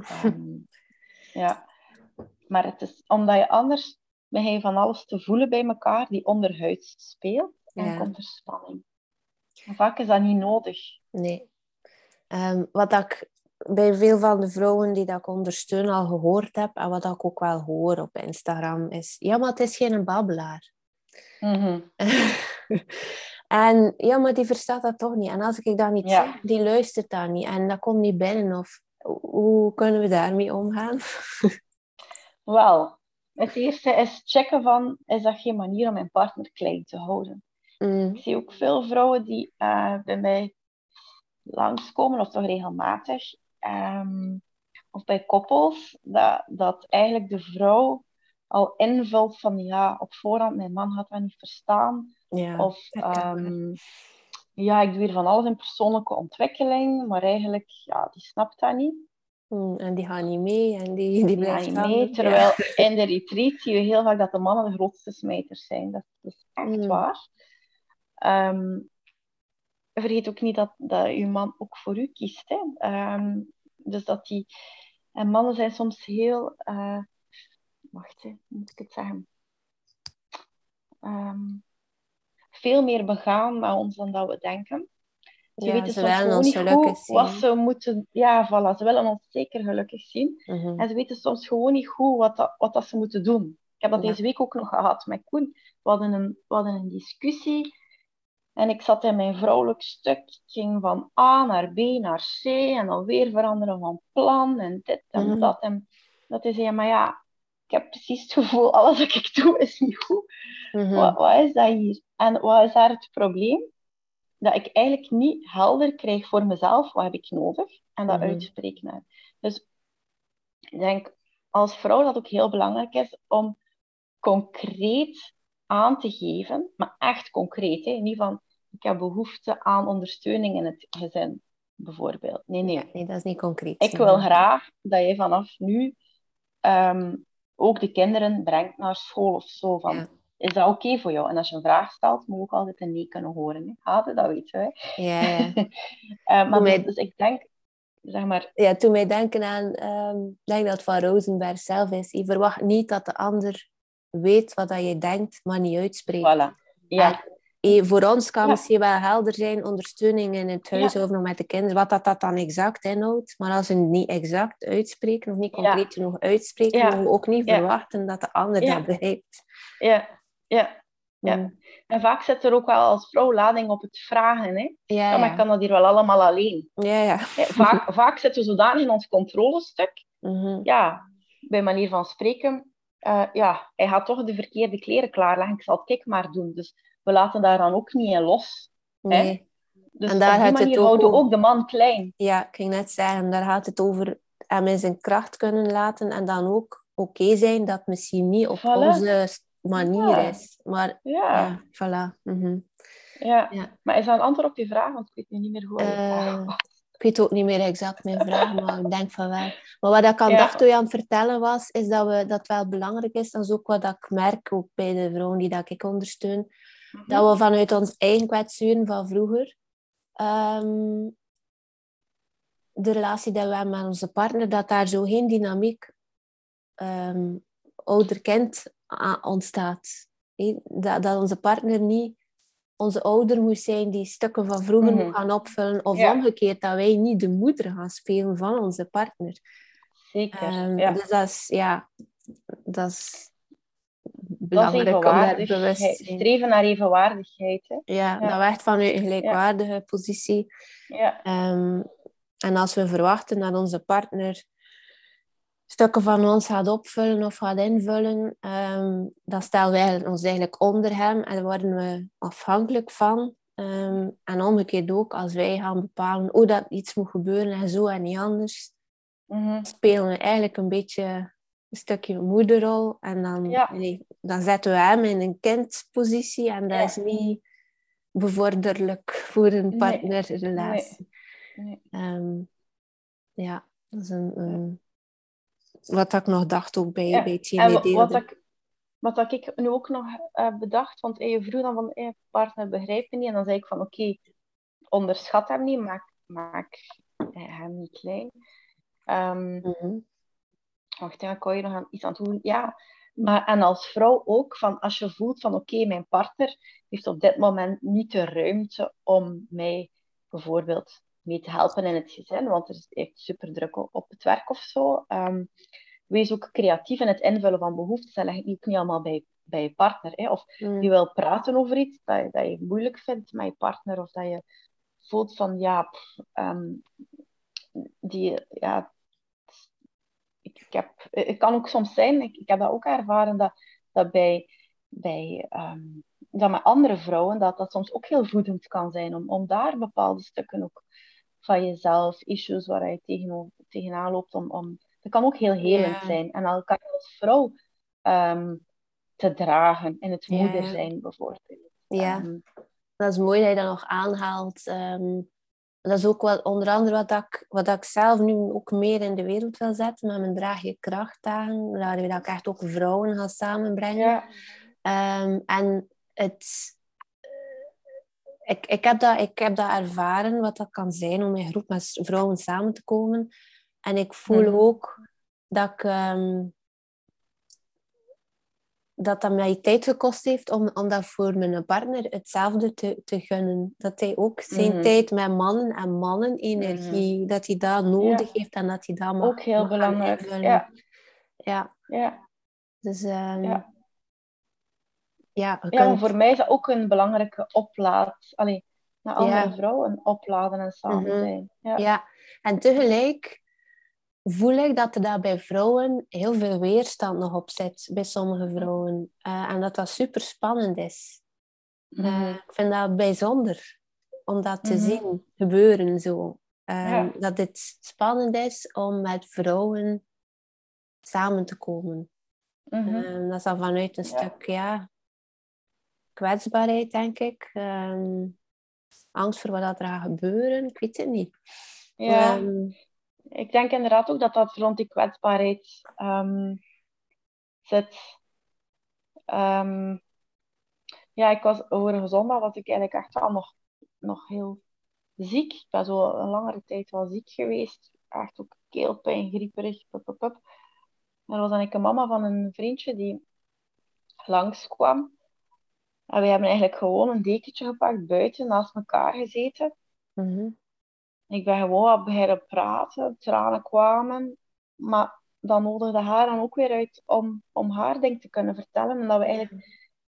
Maar het is omdat je anders begin je van alles te voelen bij elkaar die onderhuids speelt en komt er spanning. En vaak is dat niet nodig. Nee. Wat ik bij veel van de vrouwen die dat ik ondersteun al gehoord heb, en wat ik ook wel hoor op Instagram, is... Ja, maar het is geen babbelaar. En ja, maar die verstaat dat toch niet. En als ik dat niet zeg, die luistert dat niet. En dat komt niet binnen. Of hoe kunnen we daarmee omgaan? Wel, het eerste is checken van, is dat geen manier om mijn partner klein te houden? Ik zie ook veel vrouwen die bij mij langskomen, of toch regelmatig, of bij koppels, dat eigenlijk de vrouw al invult van, ja, op voorhand, mijn man had dat niet verstaan. Ja, of, ik doe hier van alles in persoonlijke ontwikkeling, maar eigenlijk, ja, die snapt dat niet. En die gaan niet mee en die blijft gaan niet mee. Terwijl in de retreat zie je heel vaak dat de mannen de grootste smijters zijn. Dat is echt waar. Vergeet ook niet dat je man ook voor u kiest. Hè. Dus dat die... En mannen zijn soms heel... wacht, hoe moet ik het zeggen? Veel meer begaan met ons dan dat we denken. Ze weten soms gewoon niet goed wat ze moeten... Ja, voilà, ze willen ons zeker gelukkig zien. En ze weten soms gewoon niet goed wat dat ze moeten doen. Ik heb dat deze week ook nog gehad met Koen. We hadden een discussie. En ik zat in mijn vrouwelijk stuk. Ik ging van A naar B naar C. En alweer veranderen van plan. En dit en dat. En dat is maar ja, ik heb precies het gevoel, alles wat ik doe is niet goed. Wat is dat hier? En wat is daar het probleem? Dat ik eigenlijk niet helder krijg voor mezelf, wat heb ik nodig? En dat uitspreek naar. Dus ik denk als vrouw dat ook heel belangrijk is om concreet aan te geven, maar echt concreet, hè? Niet van ik heb behoefte aan ondersteuning in het gezin, bijvoorbeeld. Nee. Ja, nee, dat is niet concreet. Ik wil graag dat je vanaf nu ook de kinderen brengt naar school of zo. Van, is dat oké voor jou? En als je een vraag stelt, moet je ook altijd een nee kunnen horen. Hè? Dat weten we. Ja. Maar dus ik denk zeg maar... Ja, toen mij denken aan, denk dat het van Rosenberg zelf is. Je verwacht niet dat de ander weet wat dat je denkt, maar niet uitspreekt. Voilà. En Ja. voor ons kan misschien wel helder zijn, ondersteuning in het huis of nog met de kinderen, wat dat dan exact inhoudt. Maar als we het niet exact uitspreken, of niet concreet genoeg uitspreken, mogen we ook niet verwachten dat de ander dat begrijpt. Ja. En vaak zit er ook wel als vrouw lading op het vragen. Hè? Ja, maar ik kan dat hier wel allemaal alleen. Ja. Vaak zitten we zodanig in ons controlestuk. Ja, bij manier van spreken. Hij gaat toch de verkeerde kleren klaarleggen. Ik zal het kijk maar doen. Dus we laten daar dan ook niet in los. Nee. Hè? Dus en daar op die manier houden we ook de man klein. Ja, ik ging net zeggen, daar gaat het over hem in zijn kracht kunnen laten en dan ook oké zijn dat het misschien niet op onze manier is. Maar voilà. Ja, maar is dat een antwoord op je vraag? Want ik weet nu niet meer hoe je vraag was. Ik weet ook niet meer exact mijn vraag, maar ik denk van wel. Maar wat ik aan dacht toen je aan het vertellen was, is dat het wel belangrijk is. Dat is ook wat ik merk, ook bij de vrouwen die dat ik ondersteun. Dat we vanuit ons eigen kwetsuren van vroeger, de relatie die we hebben met onze partner, dat daar zo geen dynamiek ouder-kind ontstaat. Dat onze partner niet onze ouder moet zijn die stukken van vroeger moet gaan opvullen. Of omgekeerd, dat wij niet de moeder gaan spelen van onze partner. Zeker, Dus dat is belangrijk om daar bewust te zijn. Streven naar evenwaardigheid. Hè? Ja, dat werkt vanuit een gelijkwaardige positie. Ja. En als we verwachten dat onze partner stukken van ons gaat opvullen of gaat invullen, dan stellen wij ons eigenlijk onder hem en worden we afhankelijk van. En omgekeerd ook, als wij gaan bepalen hoe dat iets moet gebeuren en zo en niet anders, spelen we eigenlijk een beetje een stukje moederrol en dan zetten we hem in een kindpositie en dat is niet bevorderlijk voor een partnerrelatie. Nee. Dat is een wat ik nog dacht ook bij hetgeen je deelde. Wat ik nu ook nog bedacht, want je vroeg dan van partner begrijpt me niet. En dan zei ik van oké, onderschat hem niet, maak hem niet klein. Wacht, dan kan je nog iets aan doen. Ja, maar en als vrouw ook, van als je voelt van oké, mijn partner heeft op dit moment niet de ruimte om mij bijvoorbeeld mee te helpen in het gezin, want er is echt super druk op het werk of zo. Wees ook creatief in het invullen van behoeftes. Dat leg ik niet allemaal bij je partner. Hè? Of je wil praten over iets dat je moeilijk vindt met je partner. Of dat je voelt van het kan ook soms zijn, ik heb dat ook ervaren, dat dat met andere vrouwen, dat soms ook heel voedend kan zijn. Om daar bepaalde stukken ook van jezelf, issues waar je tegenaan loopt, dat kan ook heel helend zijn. En elkaar als vrouw te dragen in het moeder zijn, bijvoorbeeld. Dat is mooi dat je dat nog aanhaalt. Dat is ook onder andere wat ik zelf nu ook meer in de wereld wil zetten, met mijn Draag je krachtdagen, waar we dat echt ook vrouwen gaan samenbrengen. En ik heb dat ervaren, wat dat kan zijn om in groep met vrouwen samen te komen. En ik voel ook dat dat mij tijd gekost heeft om dat voor mijn partner hetzelfde te gunnen. Dat hij ook zijn tijd met mannen en mannenenergie, dat hij dat nodig heeft en dat hij dat mag, ook heel belangrijk. invullen. Ja. Dus maar voor mij is dat ook een belangrijke oplaad. Naar andere vrouwen opladen en samen zijn. Ja, en tegelijk voel ik dat er daar bij vrouwen heel veel weerstand nog op zit, bij sommige vrouwen. En dat super spannend is. Ik vind dat bijzonder om dat te zien gebeuren zo. Dat het spannend is om met vrouwen samen te komen. Dat is dan vanuit een stuk kwetsbaarheid, denk ik. Angst voor wat er gaat gebeuren, ik weet het niet. Ik denk inderdaad ook dat rond die kwetsbaarheid zit. Ik was vorige zondag was ik eigenlijk echt wel nog heel ziek. Ik ben zo een langere tijd wel ziek geweest. Echt ook keelpijn, grieperig. Pup, pup, pup. Er was dan een mama van een vriendje die langskwam. En we hebben eigenlijk gewoon een dekentje gepakt, buiten, naast elkaar gezeten. Mhm. Ik ben gewoon wat beginnen praten, tranen kwamen. Maar dat nodigde haar dan ook weer uit om haar ding te kunnen vertellen. En dat we eigenlijk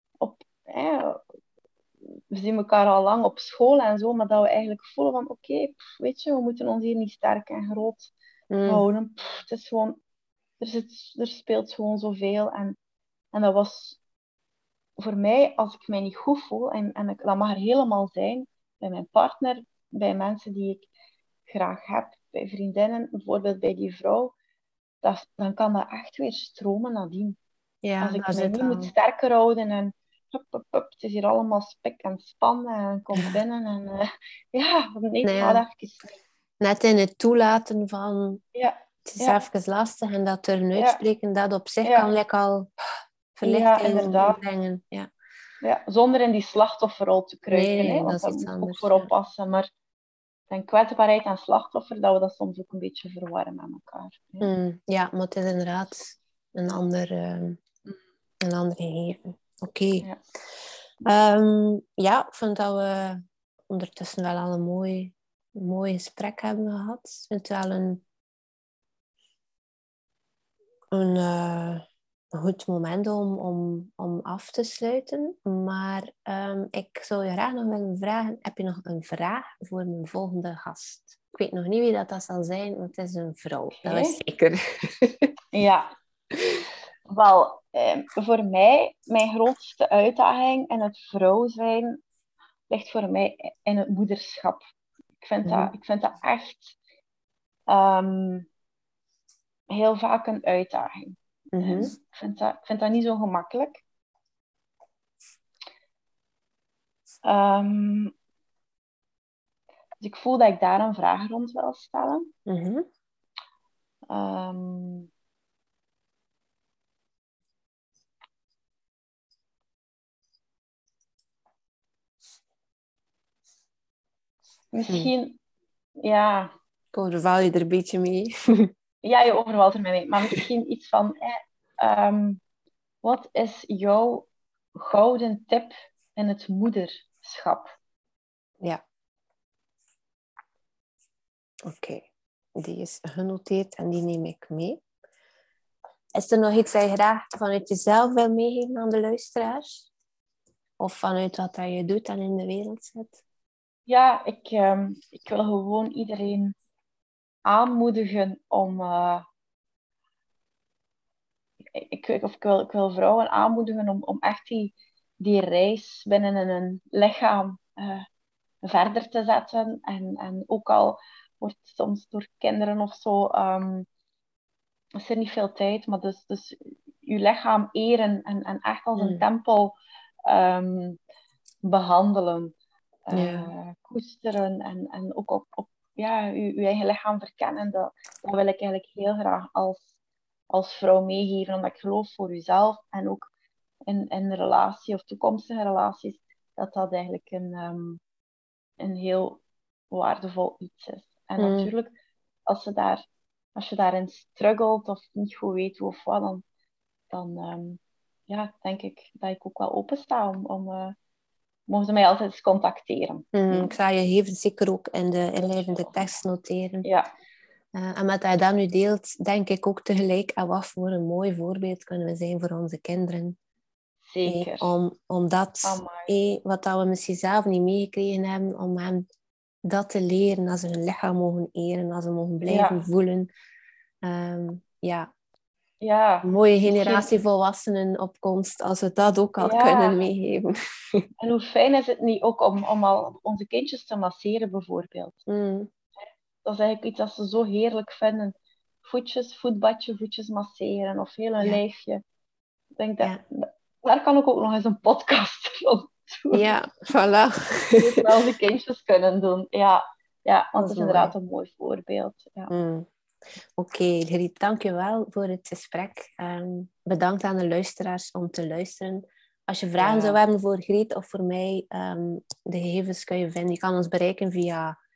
we zien elkaar al lang op school en zo, maar dat we eigenlijk voelen van oké, weet je, we moeten ons hier niet sterk en groot houden. Het is gewoon, er speelt gewoon zoveel. En dat was voor mij, als ik mij niet goed voel, dat mag er helemaal zijn, bij mijn partner, bij mensen die ik graag heb, bij vriendinnen, bijvoorbeeld bij die vrouw, dan kan dat echt weer stromen nadien. Ja, Als ik daar mij zit niet moet al. sterker houden en hup, hup, hup, het is hier allemaal spik en span en kom binnen en ja, nee, het Nou gaat ja, even niet. net in het toelaten van Ja, het is ja, even lastig en dat er een ja, uitspreken, dat op zich kan ja, like al ja, verlichting inderdaad. brengen. Ja. Ja, zonder in die slachtofferrol te Nee, kruipen, hè, nee, dat want is daar iets moet ik ook anders. voor Ja. oppassen. Maar en kwetsbaarheid en slachtoffer, dat we dat soms ook een beetje verwarren met elkaar. Hè. Ja, maar het is inderdaad een ander gegeven. Oké. Ja. Ja, ik vind dat we ondertussen wel al een mooi gesprek hebben gehad. Ik vind het wel een goed moment om af te sluiten. Maar ik zou je graag nog willen vragen, heb je nog een vraag voor mijn volgende gast? Ik weet nog niet wie dat zal zijn, want het is een vrouw. Dat is Oké. zeker. Ja, wel, voor mij, mijn grootste uitdaging in het vrouw zijn ligt voor mij in het moederschap. Mhm. Ik vind dat echt ehm, heel vaak een uitdaging. Mhm. Ik vind dat niet zo gemakkelijk. Ehm, dus ik voel dat ik daar een vraag rond wil stellen. Mhm. Ehm, Hm. misschien, ja, Ik overval je er een beetje mee. ja, je overvalt er mij mee, maar misschien iets van, wat is jouw gouden tip in het moederschap? Ja, oké. Die is genoteerd en die neem ik mee. Is er nog iets dat je graag vanuit jezelf wil meegeven aan de luisteraars? Of vanuit wat dat je doet en in de wereld zet? Ja, ik wil gewoon iedereen aanmoedigen om, ik wil vrouwen aanmoedigen om echt die reis binnen een lichaam verder te zetten. En ook al wordt soms door kinderen of zo, is er niet veel tijd, maar dus je lichaam eren en echt als een Mm. tempel ehm, behandelen, Ja. koesteren en ook op ja, je eigen lichaam verkennen. Dat wil ik eigenlijk heel graag als vrouw meegeven, omdat ik geloof voor jezelf en ook in relatie of toekomstige relaties, dat eigenlijk een heel waardevol iets is. En Mm. natuurlijk, als je daarin struggelt of niet goed weet hoe of wat, dan ja, denk ik dat ik ook wel open sta mogen ze mij altijd eens contacteren. Ik zal je gegevens zeker ook in de inleidende tekst noteren. Ja, En met dat je dat nu deelt, denk ik ook tegelijk aan wat voor een mooi voorbeeld kunnen we zijn voor onze kinderen. zeker. Om dat, Amai. wat dat we misschien zelf niet meegekregen hebben, om hen dat te leren, als ze hun lichaam mogen eren, als ze mogen blijven Ja, voelen. Ja, een ja. mooie generatie Misschien, volwassenen op komst, als we dat ook al kunnen ja. meegeven. En hoe fijn is het niet ook om al onze kindjes te masseren, bijvoorbeeld? Mm, Dat is eigenlijk iets dat ze zo heerlijk vinden. Voetjes, voetbadje, voetjes masseren of heel een ja, lijfje. Ik denk ja, daar kan ik ook nog eens een podcast van doen. ja, voilà. Hoe het met onze kindjes kunnen doen. Ja, ja, want Dat het is is inderdaad mooi. een mooi voorbeeld. Ja, Mm. Oké, Griet, dank je wel voor het gesprek. Bedankt aan de luisteraars om te luisteren. Als je vragen zou ja, hebben voor Griet of voor mij, de gegevens kun je vinden. Je kan ons bereiken via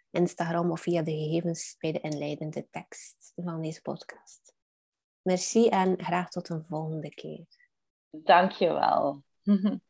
Instagram of via de gegevens bij de inleidende tekst van deze podcast. Merci en graag tot een volgende keer. Dank je wel.